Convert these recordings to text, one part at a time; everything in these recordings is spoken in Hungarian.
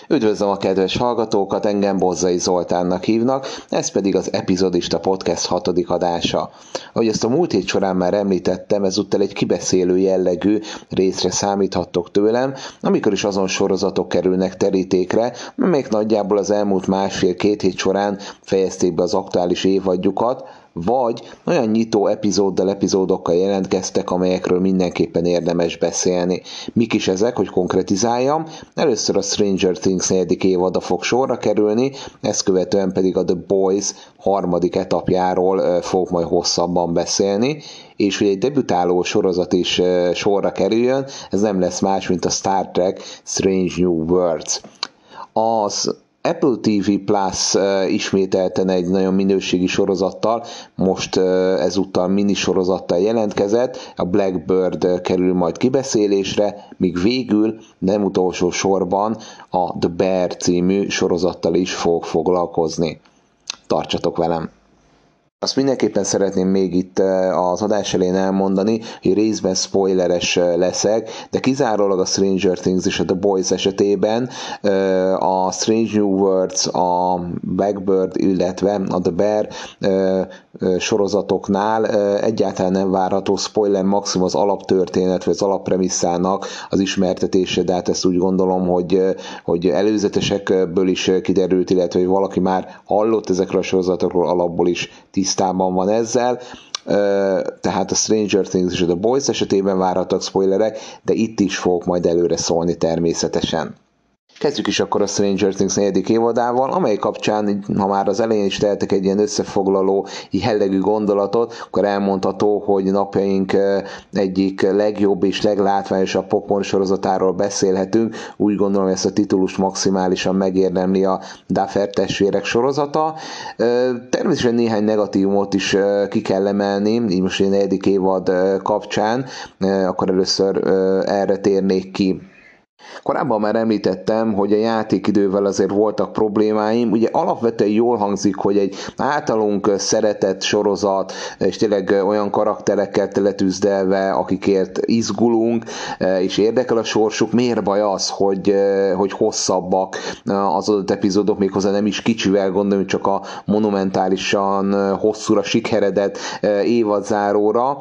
Üdvözlöm a kedves hallgatókat, engem Bozzai Zoltánnak hívnak, ez pedig az Epizodista Podcast 6. adása. Ahogy ezt a múlt hét során már említettem, ezúttal egy kibeszélő jellegű részre számíthattok tőlem, amikor is azon sorozatok kerülnek terítékre, amelyek nagyjából az elmúlt másfél-két hét során fejezték be az aktuális évadjukat, vagy olyan nyitó epizódokkal jelentkeztek, amelyekről mindenképpen érdemes beszélni. Mik is ezek, hogy konkretizáljam? Először a Stranger Things 4. évada fog sorra kerülni, ezt követően pedig a The Boys harmadik etapjáról fog majd hosszabban beszélni, és hogy egy debütáló sorozat is sorra kerüljön, ez nem lesz más, mint a Star Trek Strange New Worlds. Az Apple TV Plus ismételten egy nagyon minőségi sorozattal, most ezúttal minisorozattal jelentkezett, a Blackbird kerül majd kibeszélésre, míg végül nem utolsó sorban a The Bear című sorozattal is fog foglalkozni. Tartsatok velem! Azt mindenképpen szeretném még itt az adás elején elmondani, hogy részben spoileres leszek, de kizárólag a Stranger Things és a The Boys esetében a Strange New Worlds, a Blackbird, illetve a The Bear sorozatoknál egyáltalán nem várható spoiler, maximum az alaptörténet vagy az alappremisszának az ismertetése, de hát ezt úgy gondolom, hogy előzetesekből is kiderült, illetve hogy valaki már hallott ezekről a sorozatokról, alapból is tisztában van ezzel. Tehát a Stranger Things és a The Boys esetében várhatók spoilerek, de itt is fogok majd előre szólni természetesen. Kezdjük is akkor a Stranger Things 4. évadával, amely kapcsán, ha már az elején is tehetek egy ilyen összefoglaló jellegű gondolatot, akkor elmondható, hogy napjaink egyik legjobb és leglátványosabb popcorn sorozatáról beszélhetünk. Úgy gondolom, hogy ezt a titulust maximálisan megérdemli a Duffer testvérek sorozata. Természetesen néhány negatívumot is ki kell emelni, így most a 4. évad kapcsán, akkor először erre térnék ki. Korábban már említettem, hogy a játékidővel azért voltak problémáim. Ugye alapvetően jól hangzik, hogy egy általunk szeretett sorozat, és tényleg olyan karakterekkel teletűzdelve, akikért izgulunk, és érdekel a sorsuk, miért baj az, hogy hosszabbak az adott epizódok, méghozzá nem is kicsivel, gondolom, csak a monumentálisan hosszúra sikeredett évadzáróra.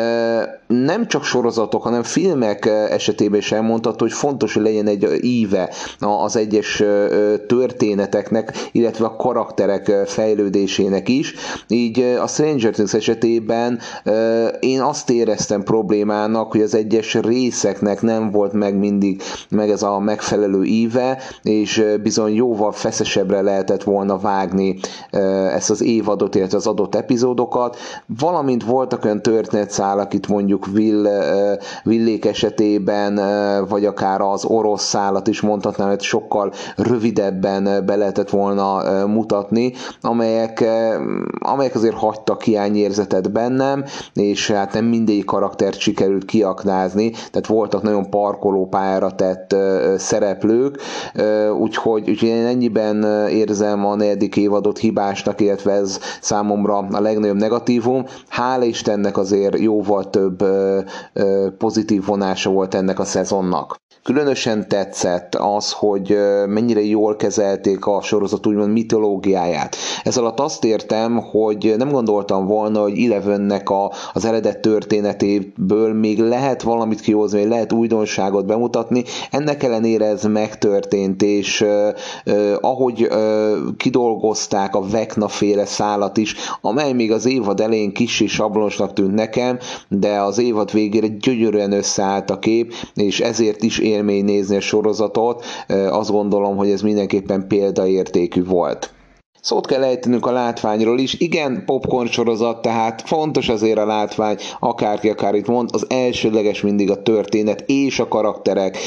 Nem csak sorozatok, hanem filmek esetében is elmondható, hogy fontos, hogy legyen egy íve az egyes történeteknek, illetve a karakterek fejlődésének is. Így a Stranger Things esetében én azt éreztem problémának, hogy az egyes részeknek nem volt mindig ez a megfelelő íve, és bizony jóval feszesebbre lehetett volna vágni ezt az évadot, illetve az adott epizódokat, valamint voltak olyan történetszálak, itt mondjuk Villék esetében, vagy akár az orosz szálat is mondhatnám, hogy sokkal rövidebben be lehetett volna mutatni, amelyek azért hagytak hiányérzetet bennem, és hát nem mindegyik karaktert sikerült kiaknázni, tehát voltak nagyon parkolópályára tett szereplők, úgyhogy én ennyiben érzem a 4. évadot hibásnak, illetve ez számomra a legnagyobb negatívum. Hála Istennek azért jóval több pozitív vonása volt ennek a szezonnak. Különösen tetszett az, hogy mennyire jól kezelték a sorozat úgymond mitológiáját. Ez alatt azt értem, hogy nem gondoltam volna, hogy Elevennek az eredet történetéből még lehet valamit kihozni, vagy lehet újdonságot bemutatni. Ennek ellenére ez megtörtént, és ahogy kidolgozták a Vecna-féle szálat is, amely még az évad elején kis és sablonsnak tűnt nekem, de az évad végére gyönyörűen összeállt a kép, és ezért is élmény nézni a sorozatot. Azt gondolom, hogy ez mindenképpen példaértékű volt. Szót kell ejtenünk a látványról is. Igen, popcorn sorozat, tehát fontos azért a látvány, akárki akár itt mond, az elsődleges mindig a történet és a karakterek,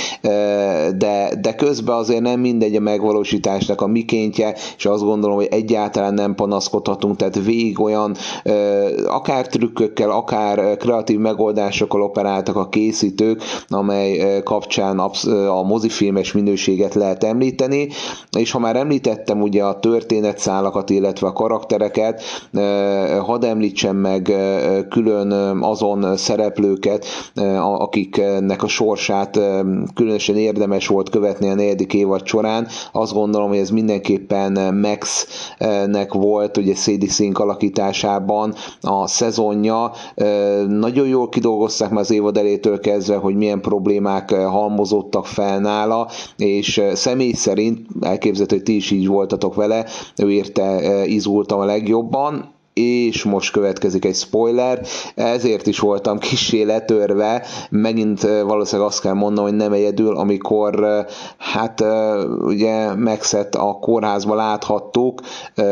de közben azért nem mindegy a megvalósításnak a mikéntje, és azt gondolom, hogy egyáltalán nem panaszkodhatunk, tehát végig olyan akár trükkökkel, akár kreatív megoldásokkal operáltak a készítők, amely kapcsán a mozifilmes minőséget lehet említeni, és ha már említettem ugye a történet szálakat, illetve a karaktereket. Hadd említsem meg külön azon szereplőket, akiknek a sorsát különösen érdemes volt követni a 4. évad során. Azt gondolom, hogy ez mindenképpen Maxnek volt, ugye Sadie Sink alakításában a szezonja. Nagyon jól kidolgozták már az évad elétől kezdve, hogy milyen problémák halmozódtak fel nála, és személy szerint, elképzelhető, hogy ti is így voltatok vele, ő érte izgultam a legjobban, és most következik egy spoiler, ezért is voltam kissé letörve, megint valószínűleg azt kell mondanom, hogy nem egyedül, amikor hát ugye Maxet a kórházba láthattuk,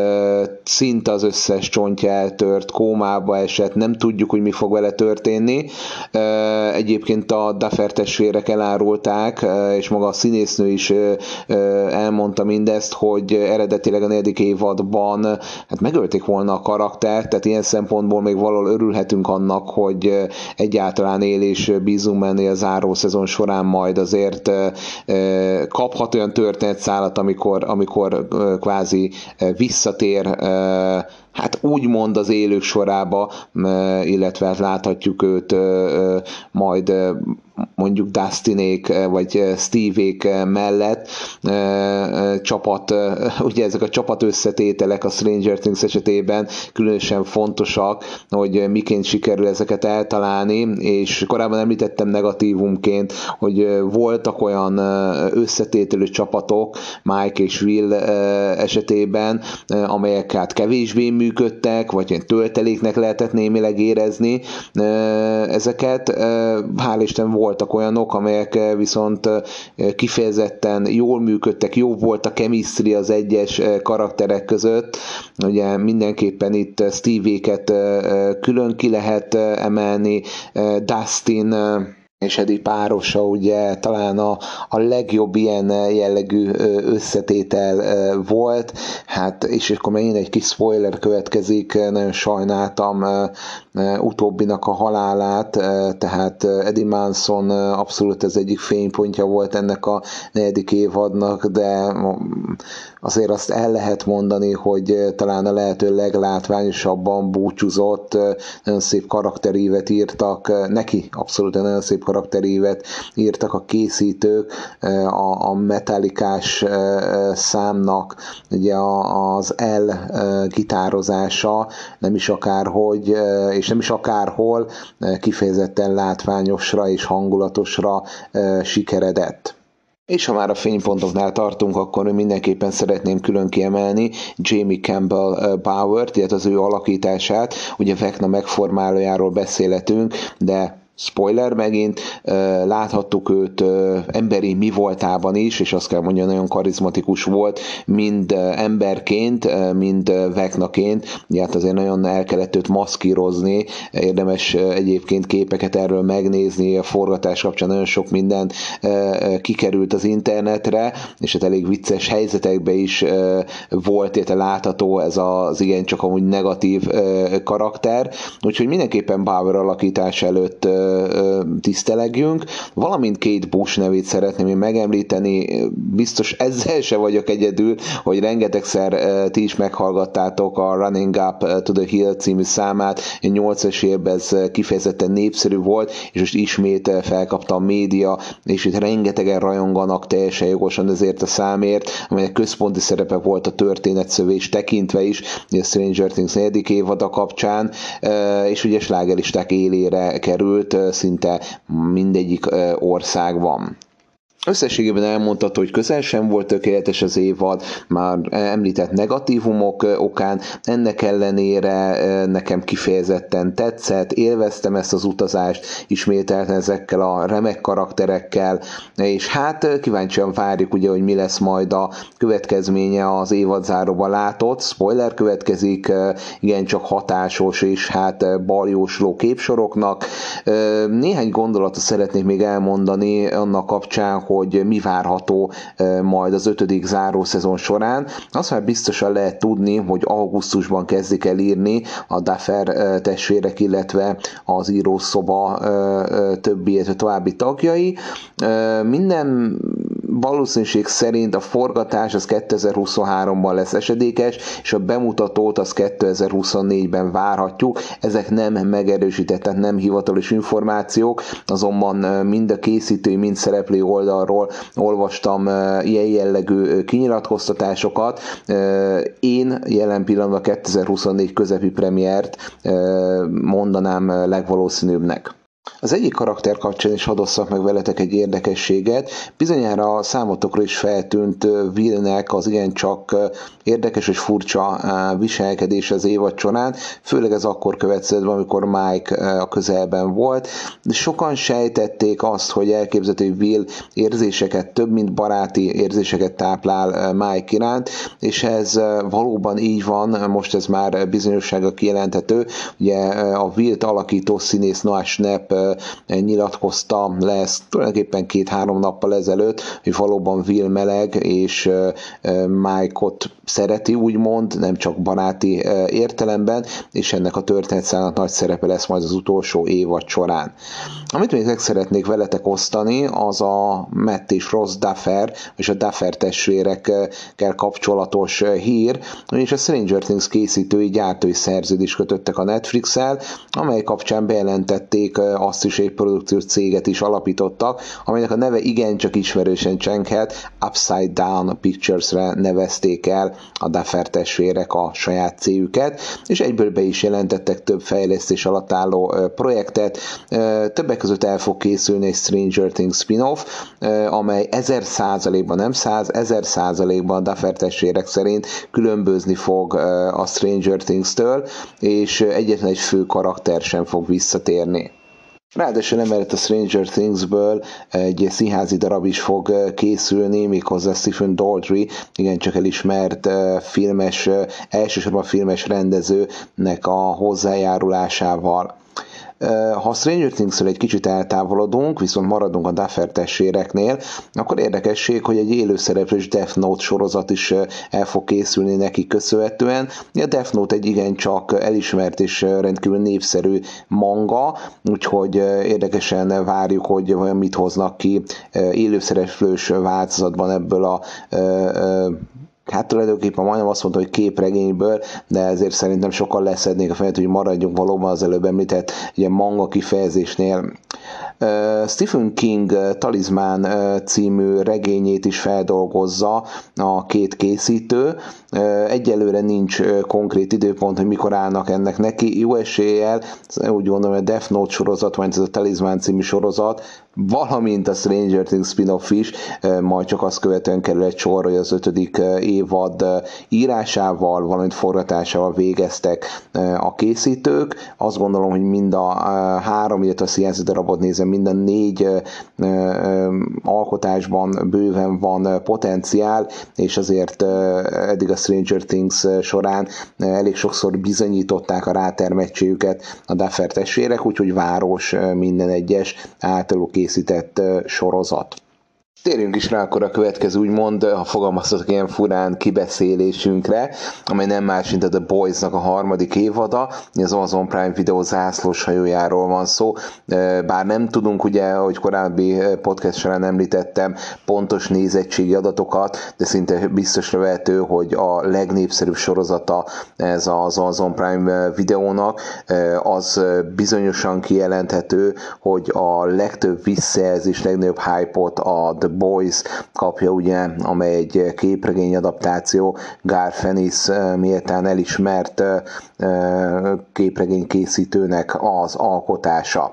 szinte az összes csontja eltört, kómába esett, nem tudjuk, hogy mi fog vele történni. Egyébként a Duffer testvérek elárulták, és maga a színésznő is elmondta mindezt, hogy eredetileg a 4. évadban hát megölték volna a karaktert, tehát ilyen szempontból még valahol örülhetünk annak, hogy egyáltalán él és bízunk benne a záró szezon során majd azért kaphat olyan történetszálat, amikor kvázi visszatér hát úgymond az élők sorába, illetve hát láthatjuk őt majd mondjuk Dustinék vagy Steve-ék mellett csapat, ugye ezek a csapat összetételek a Stranger Things esetében különösen fontosak, hogy miként sikerül ezeket eltalálni, és korábban említettem negatívumként, hogy voltak olyan összetételő csapatok Mike és Will esetében, amelyek hát kevésbé működtek, vagy ilyen tölteléknek lehetett némileg érezni ezeket. Hál' Isten voltak olyanok, amelyek viszont kifejezetten jól működtek, jó volt a chemistry az egyes karakterek között. Ugye mindenképpen itt Steve-éket külön ki lehet emelni, Dustin és Eddie párosa ugye talán a legjobb ilyen jellegű összetétel volt, hát és akkor megint egy kis spoiler következik, nagyon sajnáltam utóbbinak a halálát, tehát Eddie Manson abszolút az egyik fénypontja volt ennek a 4. évadnak, de azért azt el lehet mondani, hogy talán a lehető leglátványosabban búcsúzott, nagyon szép karakterívet írtak, neki abszolút nagyon szép karakterívet írtak a készítők, a metallikás számnak ugye az gitározása nem is akárhogy, és nem is akárhol kifejezetten látványosra és hangulatosra sikeredett. És ha már a fénypontoknál tartunk, akkor mindenképpen szeretném külön kiemelni Jamie Campbell Bauer-t, illetve az ő alakítását. Ugye Vecna megformálójáról beszélhetünk, de spoiler megint, láthattuk őt emberi mi voltában is, és azt kell mondjam, nagyon karizmatikus volt, mind emberként, mind Vecnaként, ugye hát azért nagyon el kellett őt maszkírozni, érdemes egyébként képeket erről megnézni, a forgatás kapcsán nagyon sok minden kikerült az internetre, és hát elég vicces helyzetekben is volt érte látható ez az igencsak amúgy negatív karakter, úgyhogy mindenképpen Bauer alakítás előtt tisztelegjünk, valamint Kate Bush nevét szeretném én megemlíteni, biztos ezzel se vagyok egyedül, hogy rengetegszer ti is meghallgattátok a Running Up to the Hill című számát, 80-as évben ez kifejezetten népszerű volt, és most ismét felkapta a média, és itt rengetegen rajonganak teljesen jogosan ezért a számért, amelynek központi szerepe volt a történetszövés tekintve is, a Stranger Things 4. évada kapcsán, és ugye slágerlisták élére került, szinte mindegyik országban. Összességében elmondható, hogy közel sem volt tökéletes az évad, már említett negatívumok okán, ennek ellenére nekem kifejezetten tetszett, élveztem ezt az utazást, ismételten ezekkel a remek karakterekkel, és hát kíváncsian várjuk ugye, hogy mi lesz majd a következménye az évadzáróban látott, spoiler következik, igencsak hatásos és hát baljósló képsoroknak. Néhány gondolatot szeretnék még elmondani annak kapcsán, hogy mi várható majd az 5. zárószezon során. Azt már biztosan lehet tudni, hogy augusztusban kezdik el írni a Duffer testvérek, illetve az írószoba további tagjai. Minden valószínűség szerint a forgatás az 2023-ban lesz esedékes, és a bemutatót az 2024-ben várhatjuk. Ezek nem megerősített, tehát nem hivatalos információk, azonban mind a készítői, mind szereplő oldalról olvastam ilyen jellegű kinyilatkoztatásokat. Én jelen pillanatban 2024 közepi premiért mondanám legvalószínűbbnek. Az egyik karakter kapcsán is hadd osszak meg veletek egy érdekességet. Bizonyára számotokra is feltűnt Willnek az igencsak érdekes és furcsa viselkedés az évad során, főleg ez akkor következett, amikor Mike a közelben volt. Sokan sejtették azt, hogy elképzelhető, hogy Will érzéseket, több mint baráti érzéseket táplál Mike iránt, és ez valóban így van, most ez már bizonyossága kijelenthető. Ugye a Willt alakító színész Noah Schnapp nyilatkozta le ezt tulajdonképpen 2-3 nappal ezelőtt, hogy valóban Will meleg, és Mike-ot szereti, úgymond, nem csak baráti értelemben, és ennek a történetszállnak nagy szerepe lesz majd az utolsó évad során. Amit még meg szeretnék veletek osztani, az a Matt és Ross Duffer, és a Duffer testvérekkel kapcsolatos hír, és a Stranger Things készítői gyártói szerződést kötöttek a Netflix-el, amely kapcsán bejelentették azt is, egy produkciós céget is alapítottak, amelynek a neve igencsak ismerősen csenghet, Upside Down Pictures-re nevezték el a Duffer testvérek a saját cégüket, és egyből be is jelentettek több fejlesztés alatt álló projektet. Többek között el fog készülni egy Stranger Things spin-off, amely 1000%-ban, nem 100, 1000%-ban a Duffer testvérek szerint különbözni fog a Stranger Things-től, és egyetlen egy fő karakter sem fog visszatérni. Ráadásul emellett a Stranger Thingsből egy színházi darab is fog készülni, méghozzá Stephen Daldry, igencsak elismert filmes, elsősorban filmes rendezőnek a hozzájárulásával. Ha a Stranger Things-ről egy kicsit eltávolodunk, viszont maradunk a Duffer testvéreknél, akkor érdekesség, hogy egy élőszereplős Death Note sorozat is el fog készülni neki köszönhetően. A Death Note egy igencsak elismert és rendkívül népszerű manga, úgyhogy érdekesen várjuk, hogy mit hoznak ki élőszereplős változatban ebből a hát tulajdonképpen majdnem azt mondta, hogy képregényből, de ezért szerintem sokkal leszednék a fejet, hogy maradjunk valóban az előbb említett ilyen manga kifejezésnél. Stephen King Talizmán című regényét is feldolgozza a két készítő. Egyelőre nincs konkrét időpont, hogy mikor állnak ennek neki. Jó eséllyel, úgy gondolom, hogy a Death Note sorozat, vagy ez a Talizmán című sorozat, valamint a Stranger Things spin-off is, majd csak azt követően kerül egy sor, hogy az 5. évad írásával, valamint forgatásával végeztek a készítők. Azt gondolom, hogy mind a 3, illetve a színházi darabot nézem, mind a 4 alkotásban bőven van potenciál, és azért eddig a Stranger Things során elég sokszor bizonyították a rátermettségüket a Duffer testvérek, úgyhogy város minden egyes általuk készített sorozat. Térjünk is rá akkor a következő, úgymond, ha fogalmazhatok ilyen furán, kibeszélésünkre, amely nem más, mint a The Boys-nak a 3. évada, az Amazon Prime Video zászlós hajójáról van szó, bár nem tudunk, ugye, ahogy korábbi podcast során említettem, pontos nézettségi adatokat, de szinte biztosra vehető, hogy a legnépszerűbb sorozata ez az Amazon Prime Videónak, az bizonyosan kijelenthető, hogy a legtöbb visszajelzés, legnagyobb hype-ot a The Boys kapja, ugye, amely egy képregény adaptáció, Garth Ennis méltán elismert képregény készítőnek az alkotása.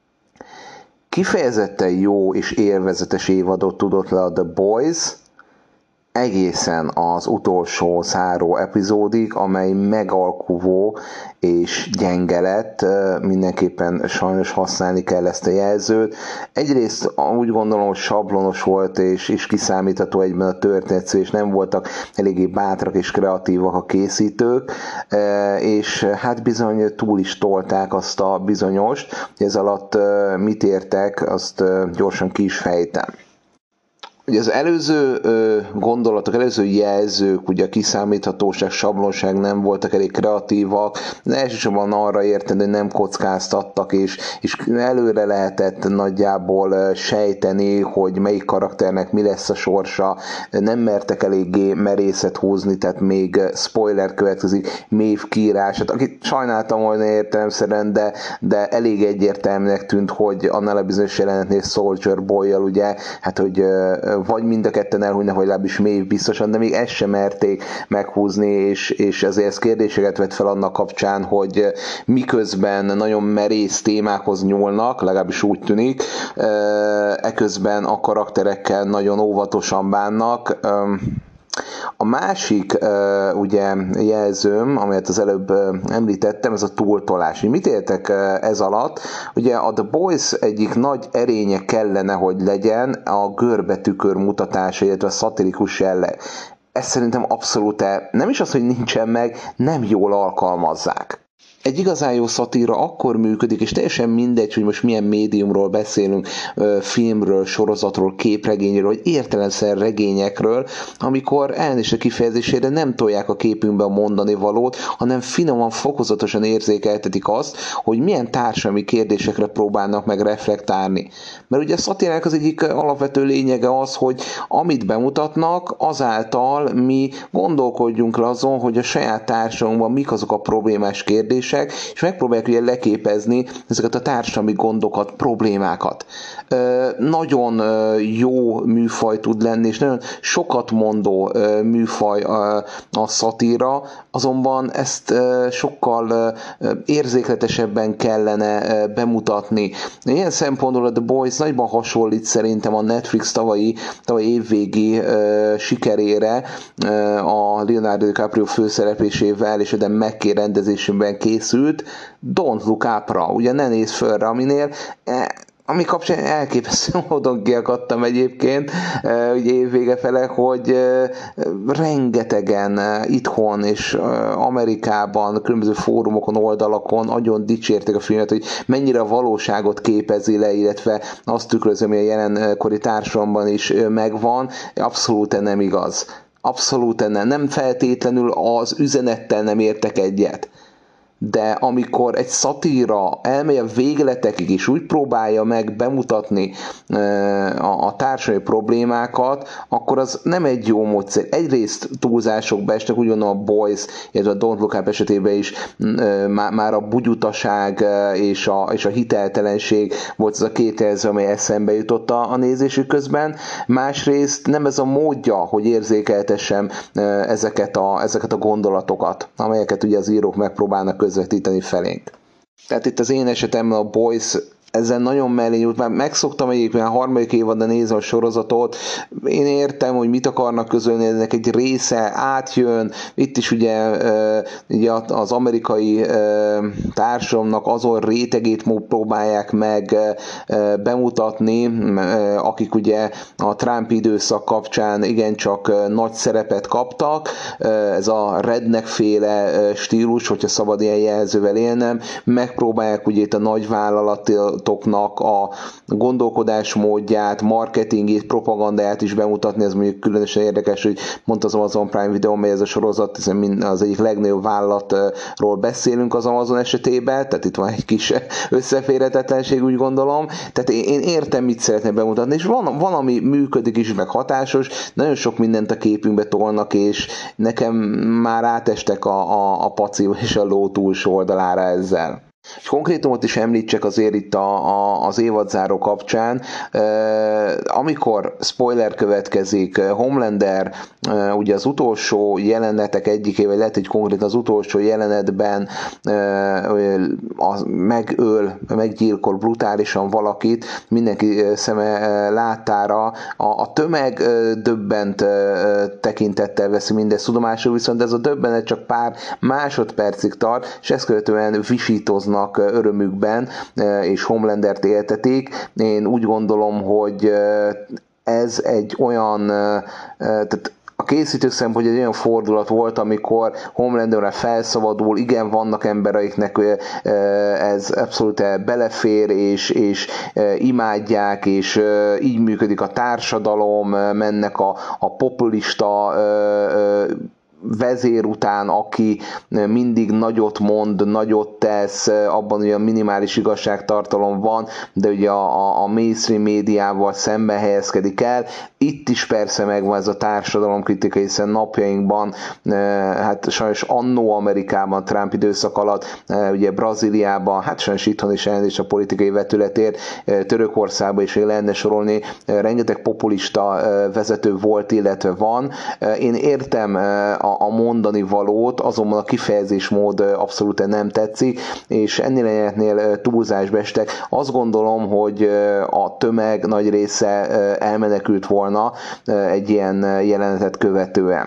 Kifejezetten jó és élvezetes évadot tudott le a The Boys, egészen az utolsó záró epizódig, amely megalkuvó és gyenge lett, mindenképpen sajnos használni kell ezt a jelzőt. Egyrészt úgy gondolom, hogy sablonos volt és kiszámítható egyben a történet, és nem voltak eléggé bátrak és kreatívak a készítők, és hát bizony túl is tolták azt a bizonyost, hogy ez alatt mit értek, azt gyorsan ki is fejtem. Ugye az előző gondolatok, előző jelzők, ugye a kiszámíthatóság, sablonság nem voltak elég kreatívak, de elsősorban arra érted, hogy nem kockáztattak, és előre lehetett nagyjából sejteni, hogy melyik karakternek mi lesz a sorsa, nem mertek eléggé merészet húzni, tehát még spoiler következik, Maeve kiírását, akit sajnáltam volna értelemszerűen, de elég egyértelműnek tűnt, hogy annál a bizonyos jelenetnél Soldier Boy-jal, ugye, hát hogy vagy mind a ketten elhunynak, vagy legalábbis Maeve biztosan, de még ezt sem merték meghúzni, és ezért ez kérdéseket vett fel annak kapcsán, hogy miközben nagyon merész témákhoz nyúlnak, legalábbis úgy tűnik, eközben a karakterekkel nagyon óvatosan bánnak. A másik ugye jelzőm, amelyet az előbb említettem, ez a túltolás. Mit értek ez alatt? Ugye a The Boys egyik nagy erénye kellene, hogy legyen a görbetükör mutatása, illetve a szatirikus jelleg. Ez szerintem abszolút nem is az, hogy nincsen meg, nem jól alkalmazzák. Egy igazán jó szatíra akkor működik, és teljesen mindegy, hogy most milyen médiumról beszélünk, filmről, sorozatról, képregényről, vagy értelemszerűen regényekről, amikor elnézést kifejezésére nem tolják a képünkbe a mondani valót, hanem finoman, fokozatosan érzékeltetik azt, hogy milyen társadalmi kérdésekre próbálnak meg reflektálni. Mert ugye a szatírának az egyik alapvető lényege az, hogy amit bemutatnak, azáltal mi gondolkodjunk le azon, hogy a saját társadalmunkban mik azok a problémás kérdések, és megpróbálják ugye leképezni ezeket a társadalmi gondokat, problémákat. Nagyon jó műfaj tud lenni, és nagyon sokat mondó műfaj a szatíra, azonban ezt sokkal érzékletesebben kellene bemutatni. Ilyen szempontból a The Boys nagyban hasonlít szerintem a Netflix tavalyi évvégi sikerére, a Leonardo DiCaprio főszereplésével és a McKay rendezésében készült Don't Look Up-ra, ugye ne nézz fölre, ami kapcsán elképesztő módon kiakadtam egyébként, ugye évvége fele, hogy rengetegen itthon és Amerikában, különböző fórumokon, oldalakon nagyon dicsérték a filmet, hogy mennyire a valóságot képezi le, illetve azt tükrözi, ami a jelenkori társadalomban is megvan. Abszolút nem igaz. Abszolút nem feltétlenül az üzenettel nem értek egyet. De amikor egy szatíra elmegy a végletekig, és úgy próbálja meg bemutatni a társadalmi problémákat, akkor az nem egy jó módszer. Egyrészt túlzások beesnek, úgy gondolom a Boys, illetve a Don't Look Up esetében is már a bugyutaság és a hiteltelenség volt az a két jelző, amely eszembe jutott a nézésük közben. Másrészt nem ez a módja, hogy érzékeltessem ezeket a gondolatokat, amelyeket ugye az írók megpróbálnak közvetíteni felénk. Tehát itt az én esetemben a Boys ezen nagyon mellé nyújt, már megszoktam egyébként a harmadik évadban nézem a sorozatot, én értem, hogy mit akarnak közölni, ennek egy része átjön, itt is ugye az amerikai társadalomnak azon rétegét próbálják meg bemutatni, akik ugye a Trump időszak kapcsán igencsak nagy szerepet kaptak, ez a redneck féle stílus, hogyha szabad ilyen jelzővel élnem, megpróbálják ugye itt a nagyvállalat a gondolkodásmódját, marketingét, propagandáját is bemutatni, ez mondjuk különösen érdekes, hogy mondta az Amazon Prime Video, mely ez a sorozat, hiszen az egyik legnagyobb vállalatról beszélünk az Amazon esetében, tehát itt van egy kis összeférhetetlenség, úgy gondolom, tehát én értem, mit szeretne bemutatni, és van ami működik is, meg hatásos, nagyon sok mindent a képünkbe tolnak, és nekem már átestek a paci és a ló túlsó oldalára ezzel. Egy konkrétumot is említsek azért itt az évadzáró kapcsán. Amikor spoiler következik, Homelander ugye az utolsó jelenetek egyikével, lehet, hogy konkrétan az utolsó jelenetben meggyilkol brutálisan valakit, mindenki szeme láttára. A tömeg döbbent tekintettel veszi mindezt tudomásul, viszont ez a döbbenet csak pár másodpercig tart, és ezt követően visítoznak örömükben, és Homelandert éltetik. Én úgy gondolom, hogy ez egy olyan, tehát a készítők szempontjából egy olyan fordulat volt, amikor Homelanderre felszabadul, igen, vannak embereiknek ez abszolút belefér, és imádják, és így működik a társadalom, mennek a populista vezér után, aki mindig nagyot mond, nagyot tesz, abban ugye minimális igazságtartalom van, de ugye a mainstream médiával szemben helyezkedik el. Itt is persze megvan ez a társadalomkritika, hiszen napjainkban, hát sajnos annó Amerikában, Trump időszak alatt, ugye Brazíliában, hát sajnos itthon is elnézést a politikai vetületért, Törökországban is lenne sorolni, rengeteg populista vezető volt, illetve van. Én értem a mondani valót, azonban a kifejezésmód abszolút nem tetszik, és ennél túlzásba estek. Azt gondolom, hogy a tömeg nagy része elmenekült volna egy ilyen jelenetet követően.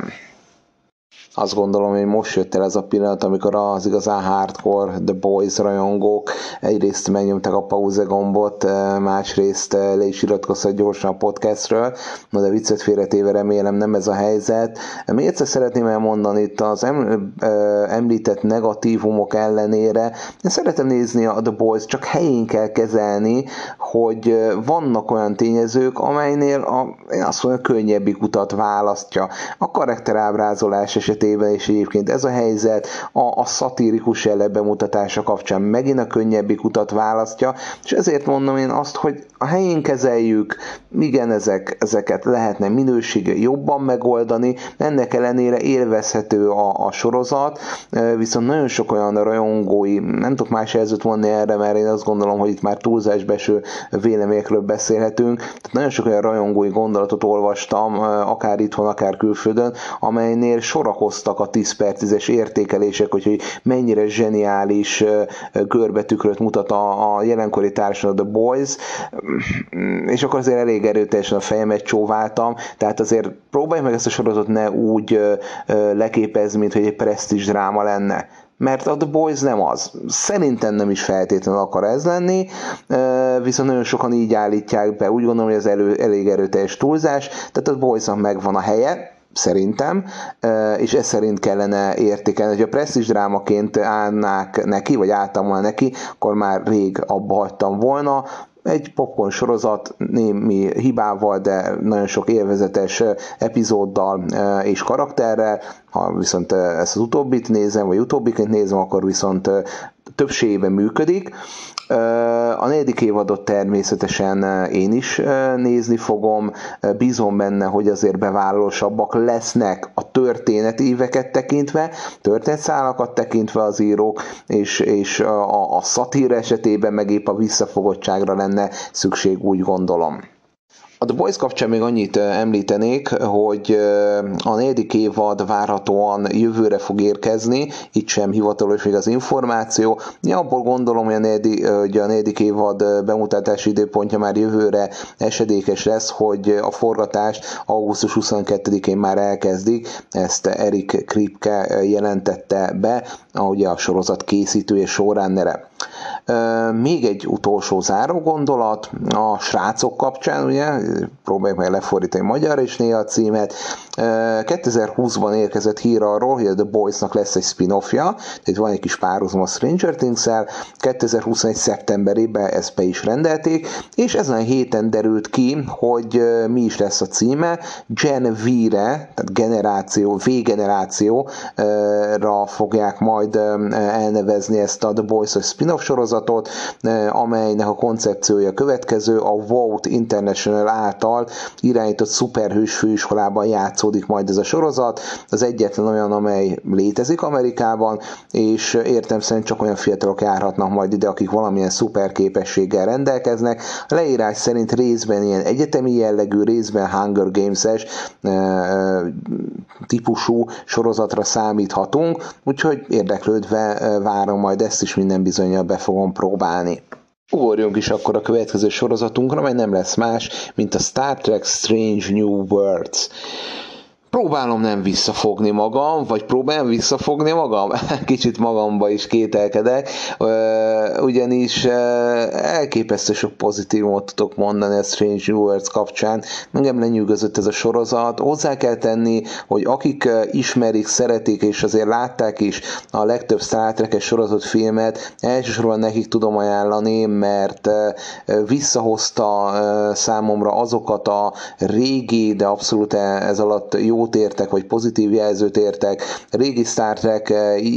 Azt gondolom, hogy most jött el ez a pillanat, amikor az igazán hardcore The Boys rajongók egyrészt megnyomták a pauze gombot, másrészt le is iratkozhat gyorsan a podcastről, de viccet félretéve remélem nem ez a helyzet. Még egyszer szeretném elmondani, itt az említett negatívumok ellenére én szeretem nézni a The Boys, csak helyén kell kezelni, hogy vannak olyan tényezők, amelynél én azt mondom, könnyebbik utat választja. A karakterábrázolás esetében és egyébként ez a helyzet a szatirikus jelleg bemutatása kapcsán megint a könnyebbik utat választja, és ezért mondom én azt, hogy a helyén kezeljük, igen, ezeket lehetne minősége jobban megoldani, ennek ellenére élvezhető a sorozat, viszont nagyon sok olyan rajongói, nem tudok más jelzőt mondani erre, mert én azt gondolom, hogy itt már túlzásba eső véleményekről beszélhetünk, tehát nagyon sok olyan rajongói gondolatot olvastam, akár itthon, akár külföldön, amelynél sorakoztak a 10/10-es értékelések, hogy mennyire zseniális görbetükröt mutat a jelenkori társadalom The Boys, és akkor azért elég erőteljesen a fejemet csóváltam, tehát azért próbálj meg ezt a sorozatot ne úgy leképezni, mint hogy egy presztízs dráma lenne. Mert a The Boys nem az. Szerintem nem is feltétlenül akar ez lenni, viszont nagyon sokan így állítják be. Úgy gondolom, hogy ez elég erőteljes túlzás, tehát a The Boysnak megvan a helye, szerintem, és ez szerint kellene értékelni. Ha a presztízs drámaként állnák neki, vagy álltam volna neki, akkor már rég abba hagytam volna. Egy popcorn sorozat némi hibával, de nagyon sok élvezetes epizóddal és karakterrel. Ha viszont ezt az utóbbit nézem, vagy utóbbiként nézem, akkor viszont többségében működik. A 4. évadot természetesen én is nézni fogom, bízom benne, hogy azért bevállalósabbak lesznek a történetíveket tekintve, történetszálakat tekintve az írók, és a szatír esetében meg épp a visszafogottságra lenne szükség, úgy gondolom. A The Boys kapcsán még annyit említenék, hogy a 4. évad várhatóan jövőre fog érkezni, itt sem hivatalos még az információ. Én abból gondolom, hogy a 4. évad bemutatási időpontja már jövőre esedékes lesz, hogy a forgatást augusztus 22-én már elkezdik, ezt Eric Kripke jelentette be, ugye a sorozat készítője, showrunnere. Még egy utolsó záró gondolat a srácok kapcsán, ugye, próbáljuk meg lefordítani magyarra is néha a címet. 2020-ban érkezett hír arról, hogy a The Boys-nak lesz egy spin-offja, tehát van egy kis párhuzam a Stranger Things-el, 2021. szeptemberében ezt be is rendelték, és ezen a héten derült ki, hogy mi is lesz a címe, Gen V-re, tehát V-generációra fogják majd elnevezni ezt a The Boys-os spin-off sorozatot, amelynek a koncepciója következő, a Vought International által irányított szuperhős főiskolában játszódik majd ez a sorozat, az egyetlen olyan, amely létezik Amerikában, és értem szerint csak olyan fiatalok járhatnak majd ide, akik valamilyen szuper képességgel rendelkeznek. A leírás szerint részben ilyen egyetemi jellegű, részben Hunger Games-es típusú sorozatra számíthatunk, úgyhogy érdeklődve várom majd ezt is, minden bizonnyal be fogom próbálni. Ugorjunk is akkor a következő sorozatunkra, mely nem lesz más, mint a Star Trek Strange New Worlds. Próbálom nem visszafogni magam, vagy próbálom visszafogni magam? Kicsit magamba is kételkedek. ugyanis elképesztő sok pozitívumot tudok mondani a Strange New Worlds kapcsán. Engem lenyűgözött ez a sorozat. Hozzá kell tenni, hogy akik ismerik, szeretik, és azért látták is a legtöbb Star Trek-es sorozott filmet, elsősorban nekik tudom ajánlani, mert visszahozta számomra azokat a régi, de abszolút ez alatt jót értek, vagy pozitív jelzőt értek, régi Star Trek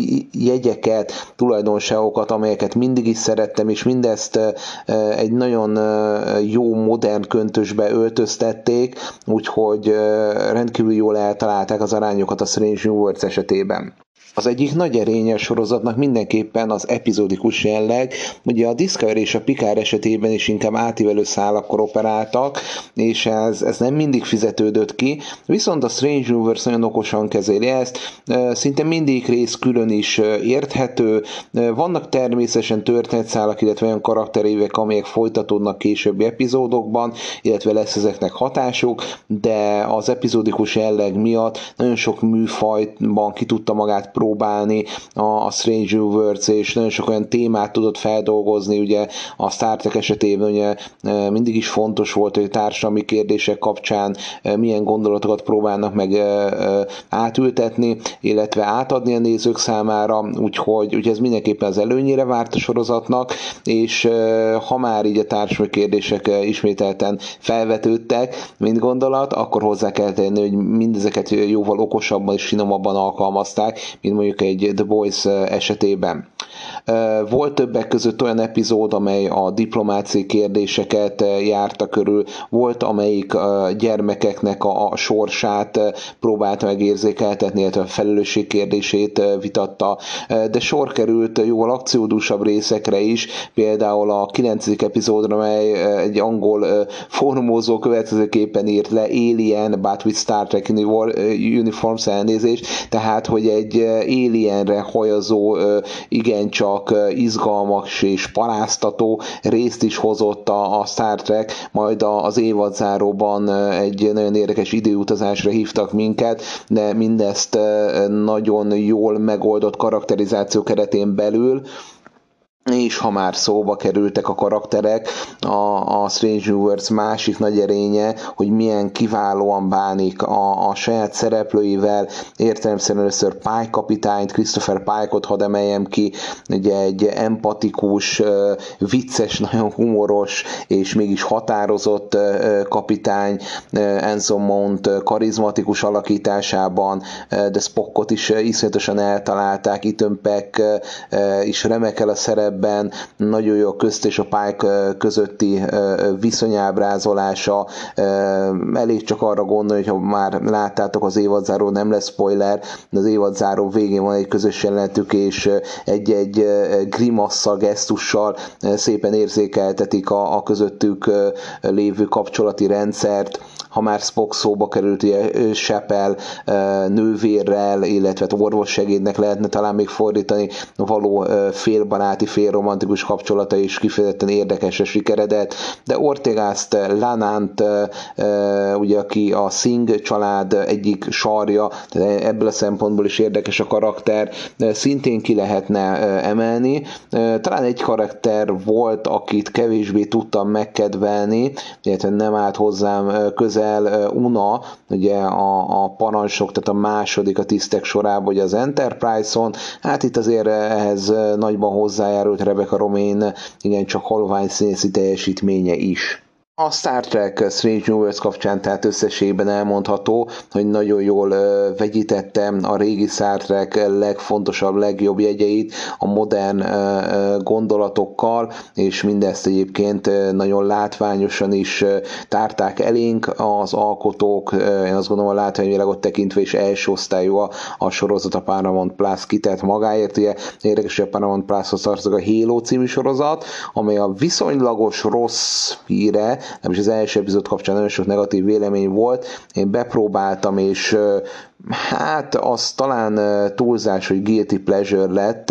jegyeket, tulajdonságokat, amelyeket mindig is szerettem, és mindezt egy nagyon jó, modern köntösbe öltöztették, úgyhogy rendkívül jól eltalálták az arányokat a Strange New Worlds esetében. Az egyik nagy erénye a sorozatnak mindenképpen az epizódikus jelleg. Ugye a Discovery és a Picard esetében is inkább átívelő szálakkor operáltak, és ez nem mindig fizetődött ki, viszont a Strange New Worlds nagyon okosan kezeli ezt, szinte mindig rész külön is érthető, vannak természetesen történetszálak, illetve olyan karakterévek, amelyek folytatódnak későbbi epizódokban, illetve lesz ezeknek hatásuk, de az epizódikus jelleg miatt nagyon sok műfajban ki tudta magát próbálni a Strange New Worlds, és nagyon sok olyan témát tudott feldolgozni, ugye a Star Trek esetében ugye mindig is fontos volt, hogy társadalmi kérdések kapcsán milyen gondolatokat próbálnak meg átültetni, illetve átadni a nézők számára, úgyhogy ez mindenképpen az előnyére várt a sorozatnak, és ha már így a társadalmi kérdések ismételten felvetődtek, mint gondolat, akkor hozzá kell tenni, hogy mindezeket jóval okosabban és finomabban alkalmazták, mint mondjuk egy The Boys esetében. Volt többek között olyan epizód, amely a diplomáciai kérdéseket járta körül, volt amelyik gyermekeknek a sorsát próbálta megérzékeltetni, illetve a felelősség kérdését vitatta, de sor került jóval akciódúsabb részekre is, például a 9. epizódra, amely egy angol formózó következőképpen írt le, Alien, but with Star Trek uniforms, elnézést, tehát, hogy egy alienre hajazó, igencsak izgalmas és paráztató részt is hozott a Star Trek, majd az évadzáróban egy nagyon érdekes időutazásra hívtak minket, de mindezt nagyon jól megoldott karakterizáció keretén belül, és ha már szóba kerültek a karakterek, a Strange New Worlds másik nagy erénye, hogy milyen kiválóan bánik a saját szereplőivel, értelemszerűen először Pike kapitányt, Christopher Pike-ot hadd emeljem ki, ugye egy empatikus, vicces, nagyon humoros, és mégis határozott kapitány, Anson Mount karizmatikus alakításában, de Spockot is iszonyatosan eltalálták, Ethan Peck is remekel a szerep, nagyon jó a közt és a Pike közötti viszonyábrázolása. Elég csak arra gondolni, hogy ha már láttátok az évadzáró, nem lesz spoiler, de az évadzáró végén van egy közös jelenetük, és egy grimasszal, gesztussal szépen érzékeltetik a közöttük lévő kapcsolati rendszert. Ha már Spock szóba került, ugye Chapel nővérrel, illetve orvossegédnek lehetne talán még fordítani, való félbaráti, félromantikus kapcsolata is kifejezetten érdekesre sikeredett, de Ortegázt, Lanant, ugye, aki a Singh család egyik sarja, tehát ebből a szempontból is érdekes a karakter, szintén ki lehetne emelni. Talán egy karakter volt, akit kevésbé tudtam megkedvelni, illetve nem állt hozzám közel, Una, ugye a parancsnok, tehát a második a tisztek sorában, ugye az Enterprise-on, hát itt azért ehhez nagyban hozzájárult Rebecca Romijn, igen, csak halvány színészi teljesítménye is. A Star Trek Strange New Worlds kapcsán tehát összességében elmondható, hogy nagyon jól vegyítette a régi Star Trek legfontosabb, legjobb jegyeit a modern gondolatokkal, és mindezt egyébként nagyon látványosan is tárták elénk az alkotók. Én azt gondolom, a látványvilágot tekintve is első osztályú a sorozat, a Paramount Plus kitett magáért. Ugye érdekes, hogy a Paramount Plus-hoz tartozik a Halo című sorozat, amely a viszonylagos rossz híre, nem is az első epizód kapcsán nagyon sok negatív vélemény volt, én bepróbáltam, és hát az talán túlzás, hogy guilty pleasure lett,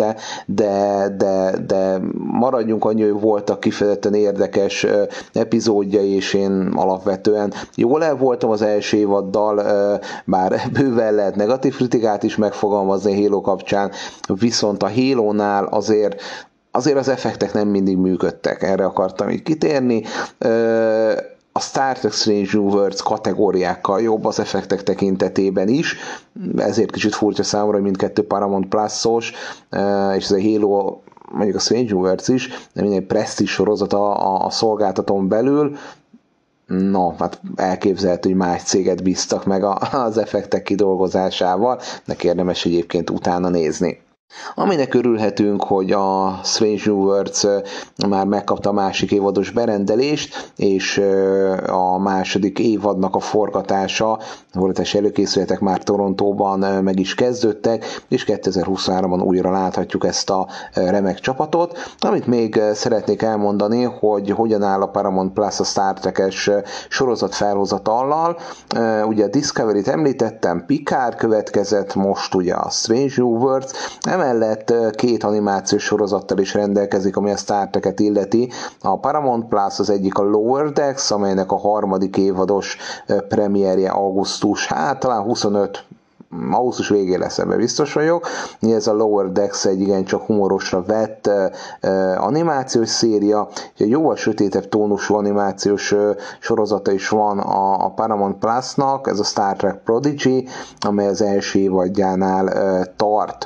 de maradjunk annyi, hogy voltak kifejezetten érdekes epizódjai, és én alapvetően jól el voltam az első évaddal, bár bőven lehet negatív kritikát is megfogalmazni Halo kapcsán, viszont a Halo-nál azért azért az effektek nem mindig működtek, erre akartam így kitérni. A Star Trek Strange New Worlds kategóriákkal jobb az effektek tekintetében is, ezért kicsit furcsa számomra, hogy mindkettő Paramount Plus-os, és ez a Halo, mondjuk a Strange New Worlds is, de minden presztízs sorozat a szolgáltatón belül. No, hát elképzelhető, hogy más céget bíztak meg az effektek kidolgozásával, de érdemes egyébként utána nézni. Aminek örülhetünk, hogy a Strange New Worlds már megkapta a másik évados berendelést, és a második évadnak a forgatása előkészületek már Torontóban meg is kezdődtek, és 2023-ban újra láthatjuk ezt a remek csapatot. Amit még szeretnék elmondani, hogy hogyan áll a Paramount Plus a Star Trek-es sorozat felhozatallal. Ugye a Discovery-t említettem, Picard következett, most ugye a Strange New Worlds, emellett két animációs sorozattal is rendelkezik, ami a Star Trek-et illeti. A Paramount Plus az egyik a Lower Decks, amelynek a harmadik évados premierje talán 25 augusztus végén lesz, ebben biztos vagyok. Ez a Lower Decks egy igencsak humorosra vett animációs széria, egy jóval sötétebb tónusú animációs sorozata is van a Paramount Plus-nak, ez a Star Trek Prodigy, amely az első évadjánál tart.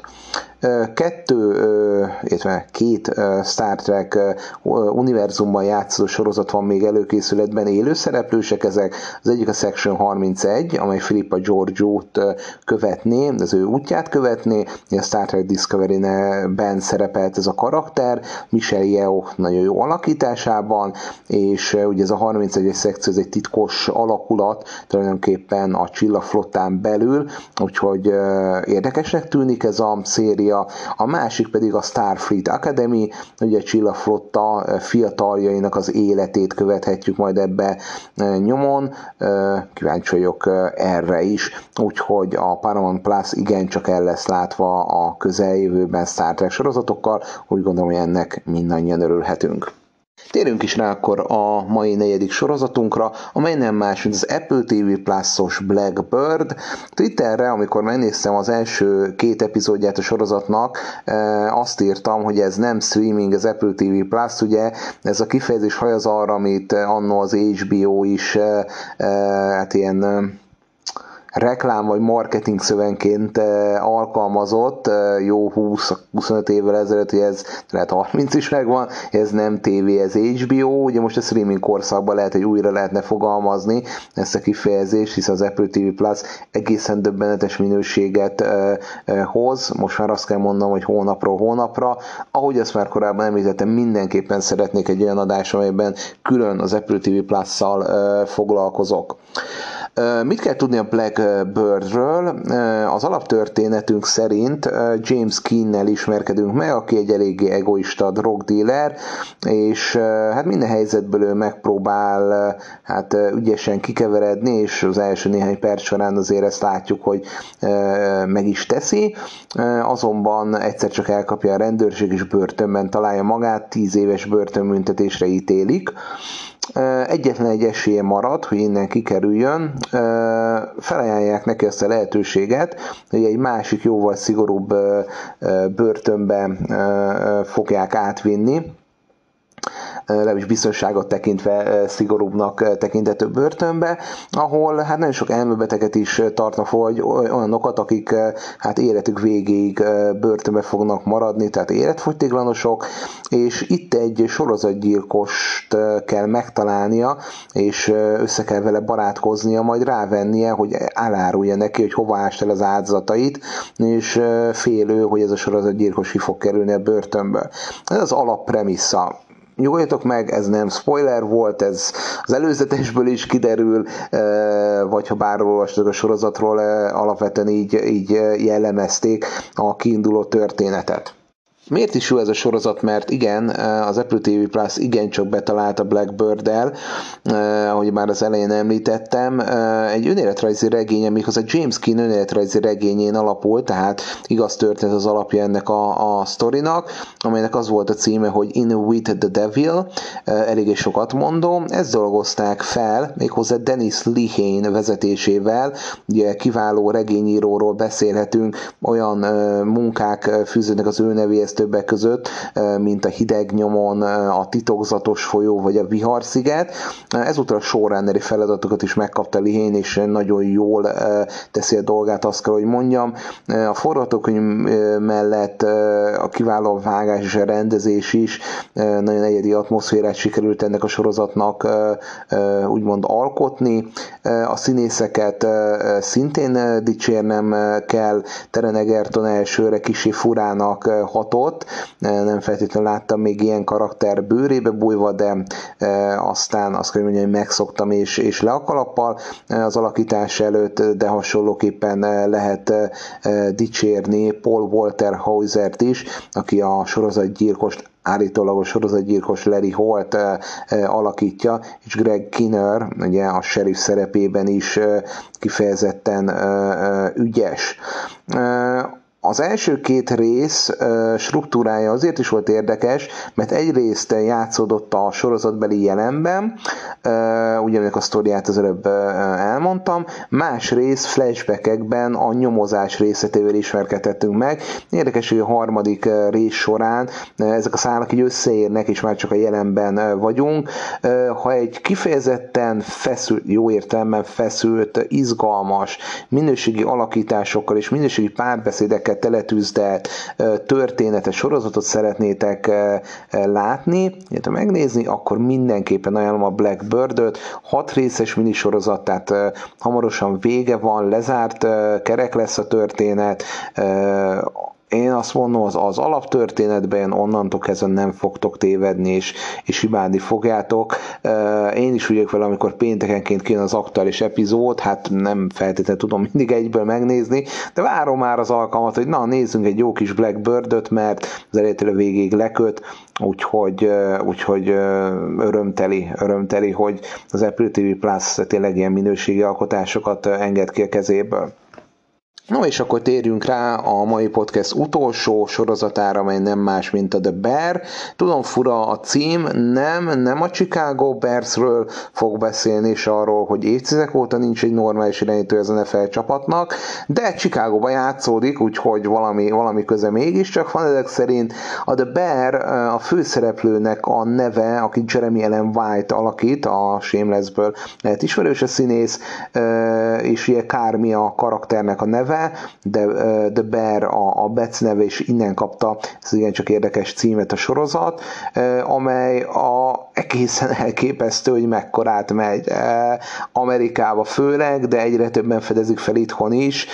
Két Star Trek univerzumban játszó sorozat van még előkészületben, élő szereplősek ezek. Az egyik a Section 31, amely Philippa Georgiou-t követné, az ő útját követné, a Star Trek Discovery-ben szerepelt ez a karakter, Michelle Yeoh nagyon jó alakításában, és ugye ez a 31-es szekció, ez egy titkos alakulat, tulajdonképpen a Csillagflottán belül, úgyhogy érdekesnek tűnik ez a széria. A másik pedig a Starfleet Academy, ugye a Csillagflotta fiataljainak az életét követhetjük majd ebbe nyomon, kíváncsi vagyok erre is, úgyhogy a Paramount Plus igencsak el lesz látva a közeljövőben Star Trek sorozatokkal, úgy gondolom, hogy ennek mindannyian örülhetünk. Térjünk is rá akkor a mai negyedik sorozatunkra, amely nem más, mint az Apple TV Plus-os Blackbird. Twitterre, amikor megnéztem az első két epizódját a sorozatnak, azt írtam, hogy ez nem streaming, az Apple TV Plus, ugye ez a kifejezés hajaz arra, amit annó az HBO is hát ilyen reklám vagy marketing szövenként alkalmazott jó 20-25 évvel ezelőtt, hogy ez lehet 30 is megvan, ez nem tévé, ez HBO, ugye most a streaming korszakban lehet, hogy újra lehetne fogalmazni ezt a kifejezést, hiszen az Apple TV Plus egészen döbbenetes minőséget hoz, most már azt kell mondanom, hogy hónapról hónapra, ahogy azt már korábban említettem, mindenképpen szeretnék egy olyan adás, amelyben külön az Apple TV Plus-szal foglalkozok. Mit kell tudni a Blackbirdről? Az alaptörténetünk szerint James Keane-nel ismerkedünk meg, aki egy eléggé egoista drogdíler, és hát minden helyzetből ő megpróbál hát ügyesen kikeveredni, és az első néhány perc során azért ezt látjuk, hogy meg is teszi, azonban egyszer csak elkapja a rendőrség, és börtönben találja magát, 10 éves börtönbüntetésre ítélik. Egyetlen egy esélye marad, hogy innen kikerüljön, felajánlják neki ezt a lehetőséget, hogy egy másik jóval szigorúbb börtönbe fogják átvinni, legalábbis biztonságot tekintve szigorúbbnak tekintető börtönbe, ahol hát nagyon sok elmebeteget is tartnak fel, vagy olyanokat, akik hát életük végéig börtönbe fognak maradni, tehát életfogytiglanosok, és itt egy sorozatgyilkost kell megtalálnia, és össze kell vele barátkoznia, majd rávennie, hogy elárulja neki, hogy hova ást el az áldozatait, és félő, hogy ez a sorozatgyilkos ki fog kerülni a börtönből. Ez az alappremissza. Nyugodjatok meg, ez nem spoiler volt, ez az előzetesből is kiderül, vagy ha bárhol olvastatok a sorozatról, alapvetően így jellemezték a kiinduló történetet. Miért is jó ez a sorozat? Mert igen, az Apple TV Plus igencsak betalált a Blackbird-el, ahogy már az elején említettem, egy önéletrajzi regény, méghozzá James Keane önéletrajzi regényén alapul, tehát igaz történet az alapja ennek a sztorinak, amelynek az volt a címe, hogy In With the Devil, eléggé sokat mondom, ezt dolgozták fel, méghozzá Dennis Lehane vezetésével, ugye kiváló regényíróról beszélhetünk, olyan munkák fűződnek az ő nevéhez, ez többek között, mint a Hideg nyomon, a Titokzatos folyó vagy a Viharsziget. Ezúttal a showrunneri feladatokat is megkapta Lehane, és nagyon jól teszi a dolgát, azt kell, hogy mondjam. A forgatókönyv mellett a kiváló vágás és a rendezés is nagyon egyedi atmoszférát sikerült ennek a sorozatnak úgymond alkotni. A színészeket szintén dicsérnem kell, Taron Egerton elsőre kicsi furának hatott, nem feltétlenül láttam még ilyen karakter bőrébe bújva, de aztán azt kell mondani, hogy megszoktam és le a kalappal az alakítás előtt, de hasonlóképpen lehet dicsérni Paul Walter Hausert is, aki a sorozatgyilkost, állítólagos sorozatgyilkos Larry Holt alakítja, és Greg Kinnear, ugye a sheriff szerepében is kifejezetten ügyes. Az első két rész struktúrája azért is volt érdekes, mert egyrészt játszódott a sorozatbeli jelenben, ugyanek a sztoriát az előbb elmondtam, másrészt flashbackekben a nyomozás részletével ismerkedhettünk meg. Érdekes, hogy a harmadik rész során ezek a szálak így összeérnek, és már csak a jelenben vagyunk. Ha egy kifejezetten feszült, jó értelemben feszült, izgalmas, minőségi alakításokkal és minőségi párbeszédekkel teletűzdelt történetes sorozatot szeretnétek látni, illetve megnézni, akkor mindenképpen ajánlom a Blackbird-öt, 6 részes minisorozat, tehát hamarosan vége van, lezárt, kerek lesz a történet. Én azt mondom, az alaptörténetben onnantól kezdve nem fogtok tévedni, és hibálni fogjátok. Én is ügyek vele, amikor péntekenként kijön az aktuális epizód, hát nem feltétlenül tudom mindig egyből megnézni, de várom már az alkalmat, hogy na, nézzünk egy jó kis Blackbird-öt, mert az elejétől végig leköt, úgyhogy örömteli, hogy az Apple TV Plus tényleg ilyen minőségi alkotásokat enged ki a kezéből. No, és akkor térjünk rá a mai podcast utolsó sorozatára, amely nem más, mint a The Bear. Tudom, fura a cím, nem a Chicago Bearsről fog beszélni, és arról, hogy évtizedek óta nincs egy normális irányító az NFL csapatnak, de Chicagóban játszódik, úgyhogy valami köze mégiscsak van ezek szerint. A The Bear a főszereplőnek a neve, aki Jeremy Allen White alakít, a Shamelessből lehet ismerős a színész, és ugye Carmi a karakternek a neve, de The Bear a Betsz neve, és innen kapta ez igencsak érdekes címet a sorozat, amely egészen elképesztő, hogy mekkorát megy Amerikába főleg, de egyre többen fedezik fel itthon is.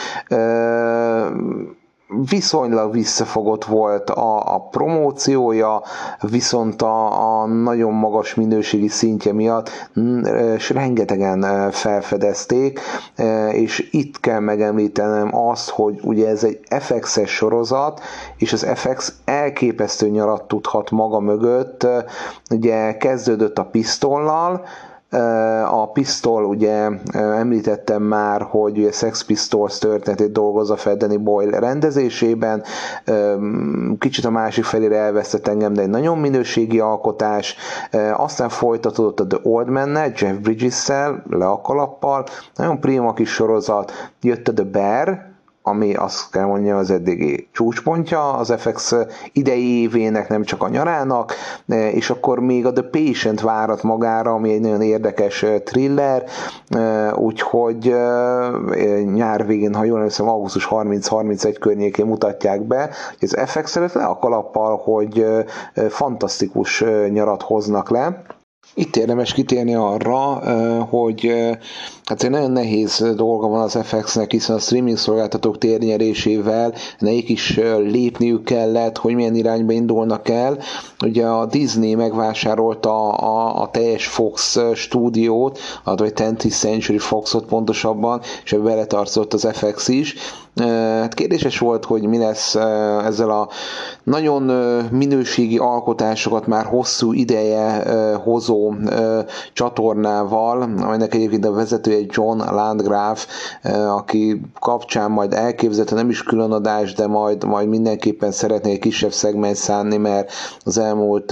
Viszonylag visszafogott volt a promóciója, viszont a nagyon magas minőségi szintje miatt és rengetegen felfedezték, és itt kell megemlítenem azt, hogy ugye ez egy FX-es sorozat, és az FX elképesztő nyarat tudhat maga mögött. Ugye kezdődött a Pistollal, a Pistol, ugye említettem már, hogy a Sex Pistols történetét dolgozza fel Danny Boyle rendezésében, kicsit a másik felére elvesztett engem, de egy nagyon minőségi alkotás, aztán folytatódott a The Old Man-nel, Jeff Bridges-szel, le a kalappal, nagyon prima kis sorozat, jött a The Bear, ami azt kell mondja az eddigi csúcspontja az FX idei évének, nem csak a nyarának, és akkor még a The Patient várat magára, ami egy nagyon érdekes thriller, úgyhogy nyár végén, ha jól emlékszem, augusztus 30-31 környékén mutatják be, hogy az FX előtt le a kalappal, hogy fantasztikus nyarat hoznak le. Itt érdemes kitérni arra, hogy hát egy nagyon nehéz dolga van az FX-nek, hiszen a streaming szolgáltatók térnyerésével nekik is lépniük kellett, hogy milyen irányba indulnak el. Ugye a Disney megvásárolta a teljes Fox stúdiót, vagy 20th Century Foxot pontosabban, és ebbe beletartozott az FX is. Hát kérdéses volt, hogy mi lesz ezzel a nagyon minőségi alkotásokat már hosszú ideje hozó csatornával, amelynek egyébként a vezetője John Landgraf, aki kapcsán majd elképzelhető nem is különadás, de majd mindenképpen szeretné egy kisebb szegményt szánni, mert az elmúlt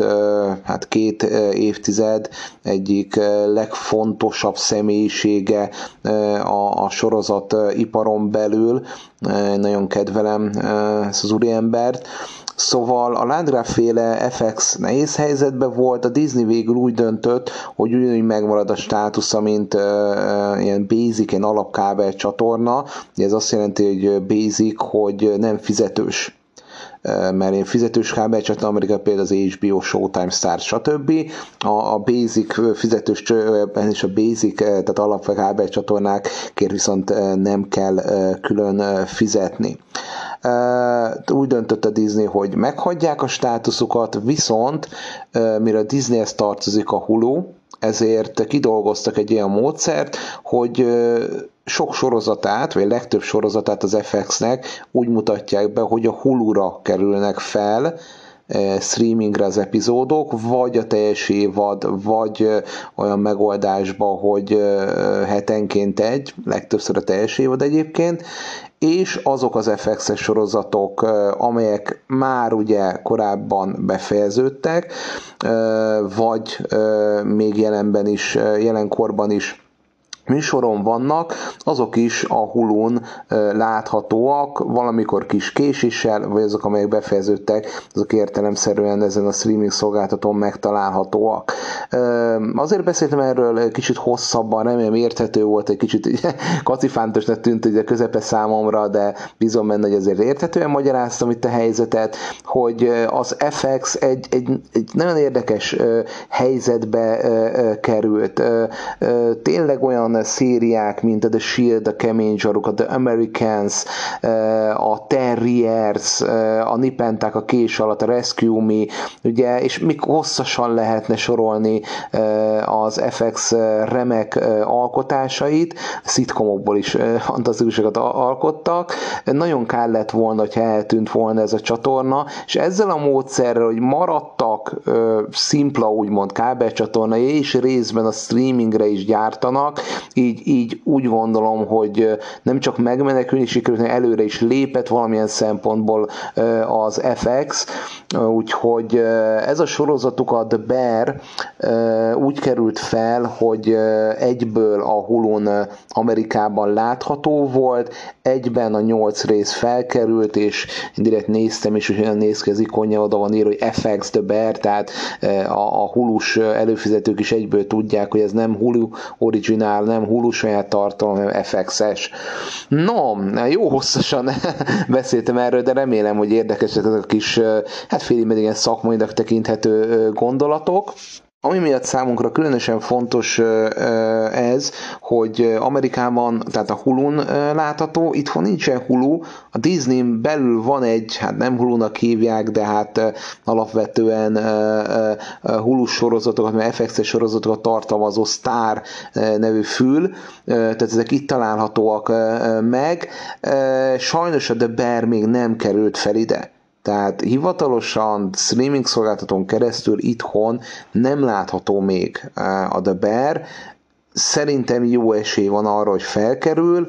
2 évtized egyik legfontosabb személyisége a sorozat iparon belül, nagyon kedvelem ezt az úriembert. Szóval a Landgraf-féle FX nehéz helyzetben volt, a Disney végül úgy döntött, hogy ugyanúgy megmarad a státusza, mint ilyen basic, ilyen alapkábel csatorna. Ez azt jelenti, hogy basic, hogy nem fizetős. Mert én fizetős kábelcsatorna, Amerika például az HBO, Showtime, Stars, stb. A basic fizetős és a basic, tehát alapkábelcsatornákért viszont nem kell külön fizetni. Úgy döntött a Disney, hogy meghagyják a státuszukat, viszont mire a Disneyhez tartozik a Hulu, ezért kidolgoztak egy olyan módszert, hogy sok sorozatát, vagy legtöbb sorozatát az FX-nek úgy mutatják be, hogy a Hulu-ra kerülnek fel, streamingre az epizódok, vagy a teljes évad, vagy olyan megoldásba, hogy hetenként egy, legtöbbször a teljes évad egyébként, és azok az FX-es sorozatok, amelyek már ugye korábban befejeződtek, vagy még jelenkorban is műsoron vannak, azok is a Hulun láthatóak, valamikor kis késéssel, vagy azok, amelyek befejeződtek, azok értelemszerűen ezen a streaming szolgáltatón megtalálhatóak. Azért beszéltem erről kicsit hosszabban, remélem érthető volt, egy kicsit kacifántosnak tűnt ugye közepe számomra, de bízom benne, hogy azért érthetően magyaráztam itt a helyzetet, hogy az FX egy nagyon érdekes helyzetbe került. Tényleg olyan szériák, mint a The Shield, a Kemény Zsaruk, a The Americans, a Terriers, a Nipenták a kés alatt, a Rescue Me, ugye, és még hosszasan lehetne sorolni az FX remek alkotásait, szitkomokból is fantasztikusokat alkottak. Nagyon kár lett volna, hogyha eltűnt volna ez a csatorna, és ezzel a módszerrel, hogy maradtak szimpla úgymond kábelcsatornai, és részben a streamingre is gyártanak, így úgy gondolom, hogy nem csak megmenekülni sikerült, hanem előre is lépett valamilyen szempontból az FX, úgyhogy ez a sorozatuk, a The Bear úgy került fel, hogy egyből a Hulun Amerikában látható volt, egyben a 8 rész felkerült, és direkt néztem is, hogy olyan néz ki az ikonja, oda van írva, hogy FX The Bear, tehát a Hulus előfizetők is egyből tudják, hogy ez nem Hulu originál, nem Hulu saját tartalom, hanem FX-es. No, jó hosszasan beszéltem erről, de remélem, hogy érdekesek ezek a kis, hát félig meddig ilyen szakmainak tekinthető gondolatok. Ami miatt számunkra különösen fontos ez, hogy Amerikában, tehát a Hulun látható, itthon nincsen Hulu, a Disney belül van egy, hát nem Hulunak hívják, de hát alapvetően Hulu sorozatokat, mert FX-es sorozatokat tartalmazó Star nevű fül, tehát ezek itt találhatóak meg. Sajnos a The Bear még nem került fel ide. Tehát hivatalosan streaming szolgáltatón keresztül itthon nem látható még a The Bear. Szerintem jó esély van arra, hogy felkerül,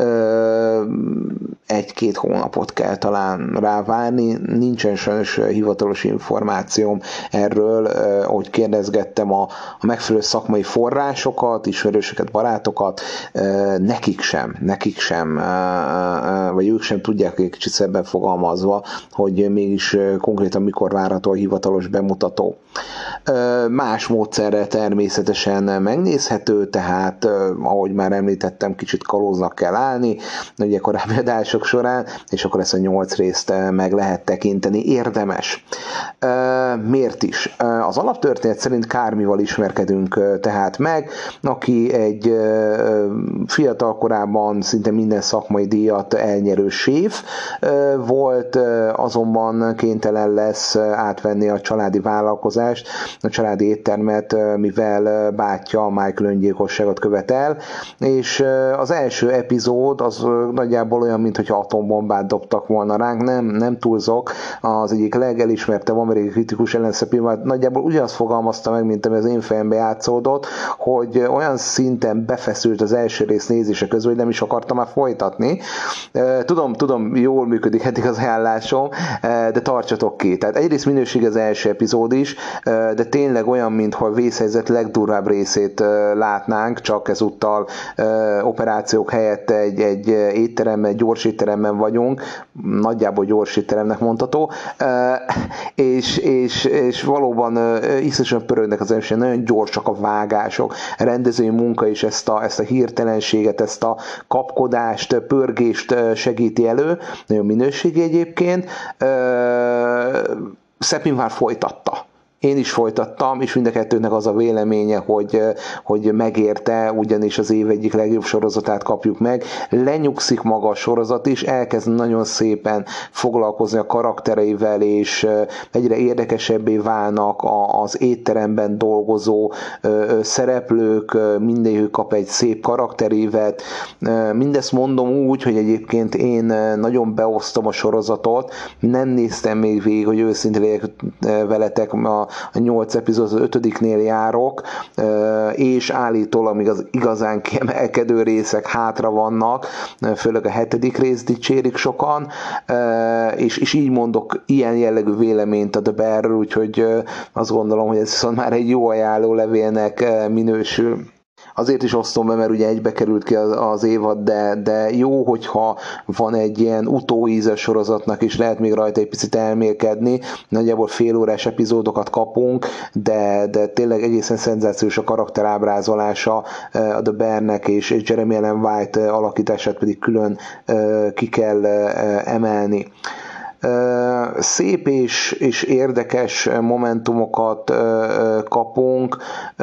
1-2 hónapot kell talán rá várni, nincsen sajnos hivatalos információm erről, hogy kérdezgettem a megfelelő szakmai forrásokat, ismerősöket, barátokat, nekik sem, vagy ők sem tudják, egy kicsit szebben fogalmazva, hogy mégis konkrétan mikor várható a hivatalos bemutató. Más módszerrel természetesen megnézhető, tehát ahogy már említettem, kicsit kalóznak kell állni, ugye korábbi adások során, és akkor ezt a 8 részt meg lehet tekinteni, érdemes. Miért is? Az alaptörténet szerint Kármival ismerkedünk tehát meg, aki egy fiatal korában szinte minden szakmai díjat elnyerő séf volt, azonban kénytelen lesz átvenni a családi vállalkozást, a családi éttermet, mivel bátyja Michael öngyilkosságot követel, és az első epizód az nagyjából olyan, mintha atombombát dobtak volna ránk, nem túlzok, az egyik legelismertebb amerikai kritikus Ellen Sepinwall nagyjából ugyanazt fogalmazta meg, mint ami az én fejembe játszódott, hogy olyan szinten befeszült az első rész nézése közül, hogy nem is akartam már folytatni. Tudom, jól működik eddig az ajánlásom, de tartsatok ki. Tehát egyrészt minőség az első epizód is, de tényleg olyan, mintha a vészhelyzet legdurvább részét látnám, csinálhatnánk, csak ezúttal operációk helyett egy étteremben, gyors étteremben vagyunk, nagyjából gyors étteremnek mondható, és valóban iszonyatosan pörögnek az ember, nagyon gyorsak a vágások, a rendezői munka is ezt a hirtelenséget, ezt a kapkodást, pörgést segíti elő, nagyon minőségi egyébként. Sepinwall folytatta. Én is folytattam, és mind a kettőnek az a véleménye, hogy megérte, ugyanis az év egyik legjobb sorozatát kapjuk meg. Lenyugszik maga a sorozat is, elkezd nagyon szépen foglalkozni a karaktereivel, és egyre érdekesebbé válnak az étteremben dolgozó szereplők, mindenki kap egy szép karakterévet. Mindezt mondom úgy, hogy egyébként én nagyon beosztom a sorozatot, nem néztem még végig, hogy őszintén legyek veletek, a 8 epizód, az 5-nél járok, és állítólag még az igazán kiemelkedő részek hátra vannak, főleg a 7. rész dicsérik sokan, és így mondok ilyen jellegű véleményt a The Bearről, úgyhogy azt gondolom, hogy ez viszont már egy jó ajánlólevélnek minősül. Azért is osztom be, mert ugye egybe került ki az évad, de jó, hogyha van egy ilyen utóíze sorozatnak is, lehet még rajta egy picit elmélkedni, nagyjából félórás epizódokat kapunk, de tényleg egészen szenzációs a karakterábrázolása a The Bearnek, és Jeremy Allen White alakítását pedig külön ki kell emelni. Szép és érdekes momentumokat kapunk,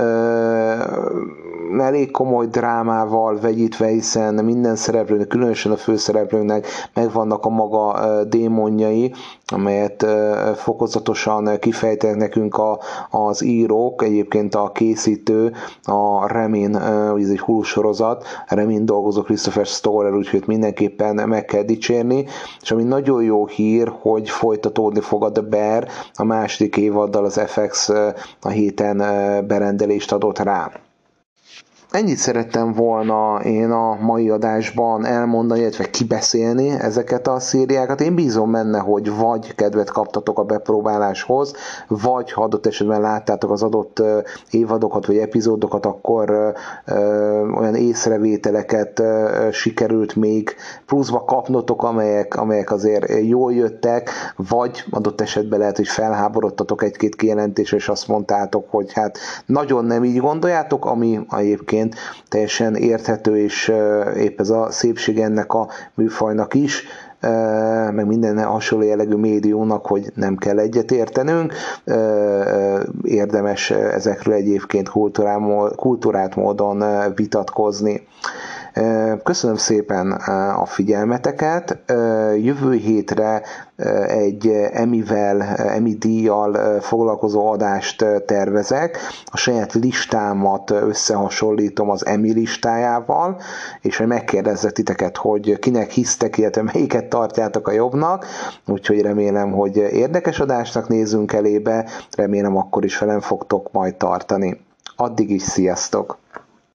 elég komoly drámával vegyítve, hiszen minden szereplőnek, különösen a főszereplőnek megvannak a maga démonjai, amelyet fokozatosan kifejtenek nekünk az írók, egyébként a készítő, a Remin, ugye ez egy Hulu sorozat, Remin dolgozó Christopher Storer, úgyhogy mindenképpen meg kell dicsérni, és ami nagyon jó hír, hogy folytatódni fog a The Bear, a második évaddal az FX a héten berendelést adott rá. Ennyit szerettem volna én a mai adásban elmondani, illetve kibeszélni ezeket a szériákat. Én bízom benne, hogy vagy kedvet kaptatok a bepróbáláshoz, vagy ha adott esetben láttátok az adott évadokat vagy epizódokat, akkor olyan észrevételeket sikerült még pluszba kapnotok, amelyek azért jól jöttek, vagy adott esetben lehet, hogy felháborodtatok egy-két kijelentésre, és azt mondtátok, hogy hát nagyon nem így gondoljátok, ami egyébként teljesen érthető, és épp ez a szépség ennek a műfajnak is, meg minden hasonló jellegű médiumnak, hogy nem kell egyet értenünk. Érdemes ezekről egyébként kultúrált módon vitatkozni. Köszönöm szépen a figyelmeteket. Jövő hétre egy Emmy díjjal foglalkozó adást tervezek. A saját listámat összehasonlítom az Emmy listájával, és hogy megkérdezzek titeket, hogy kinek hisztek, illetve melyiket tartjátok a jobbnak. Úgyhogy remélem, hogy érdekes adásnak nézzünk elébe. Remélem, akkor is velem fogtok majd tartani. Addig is sziasztok!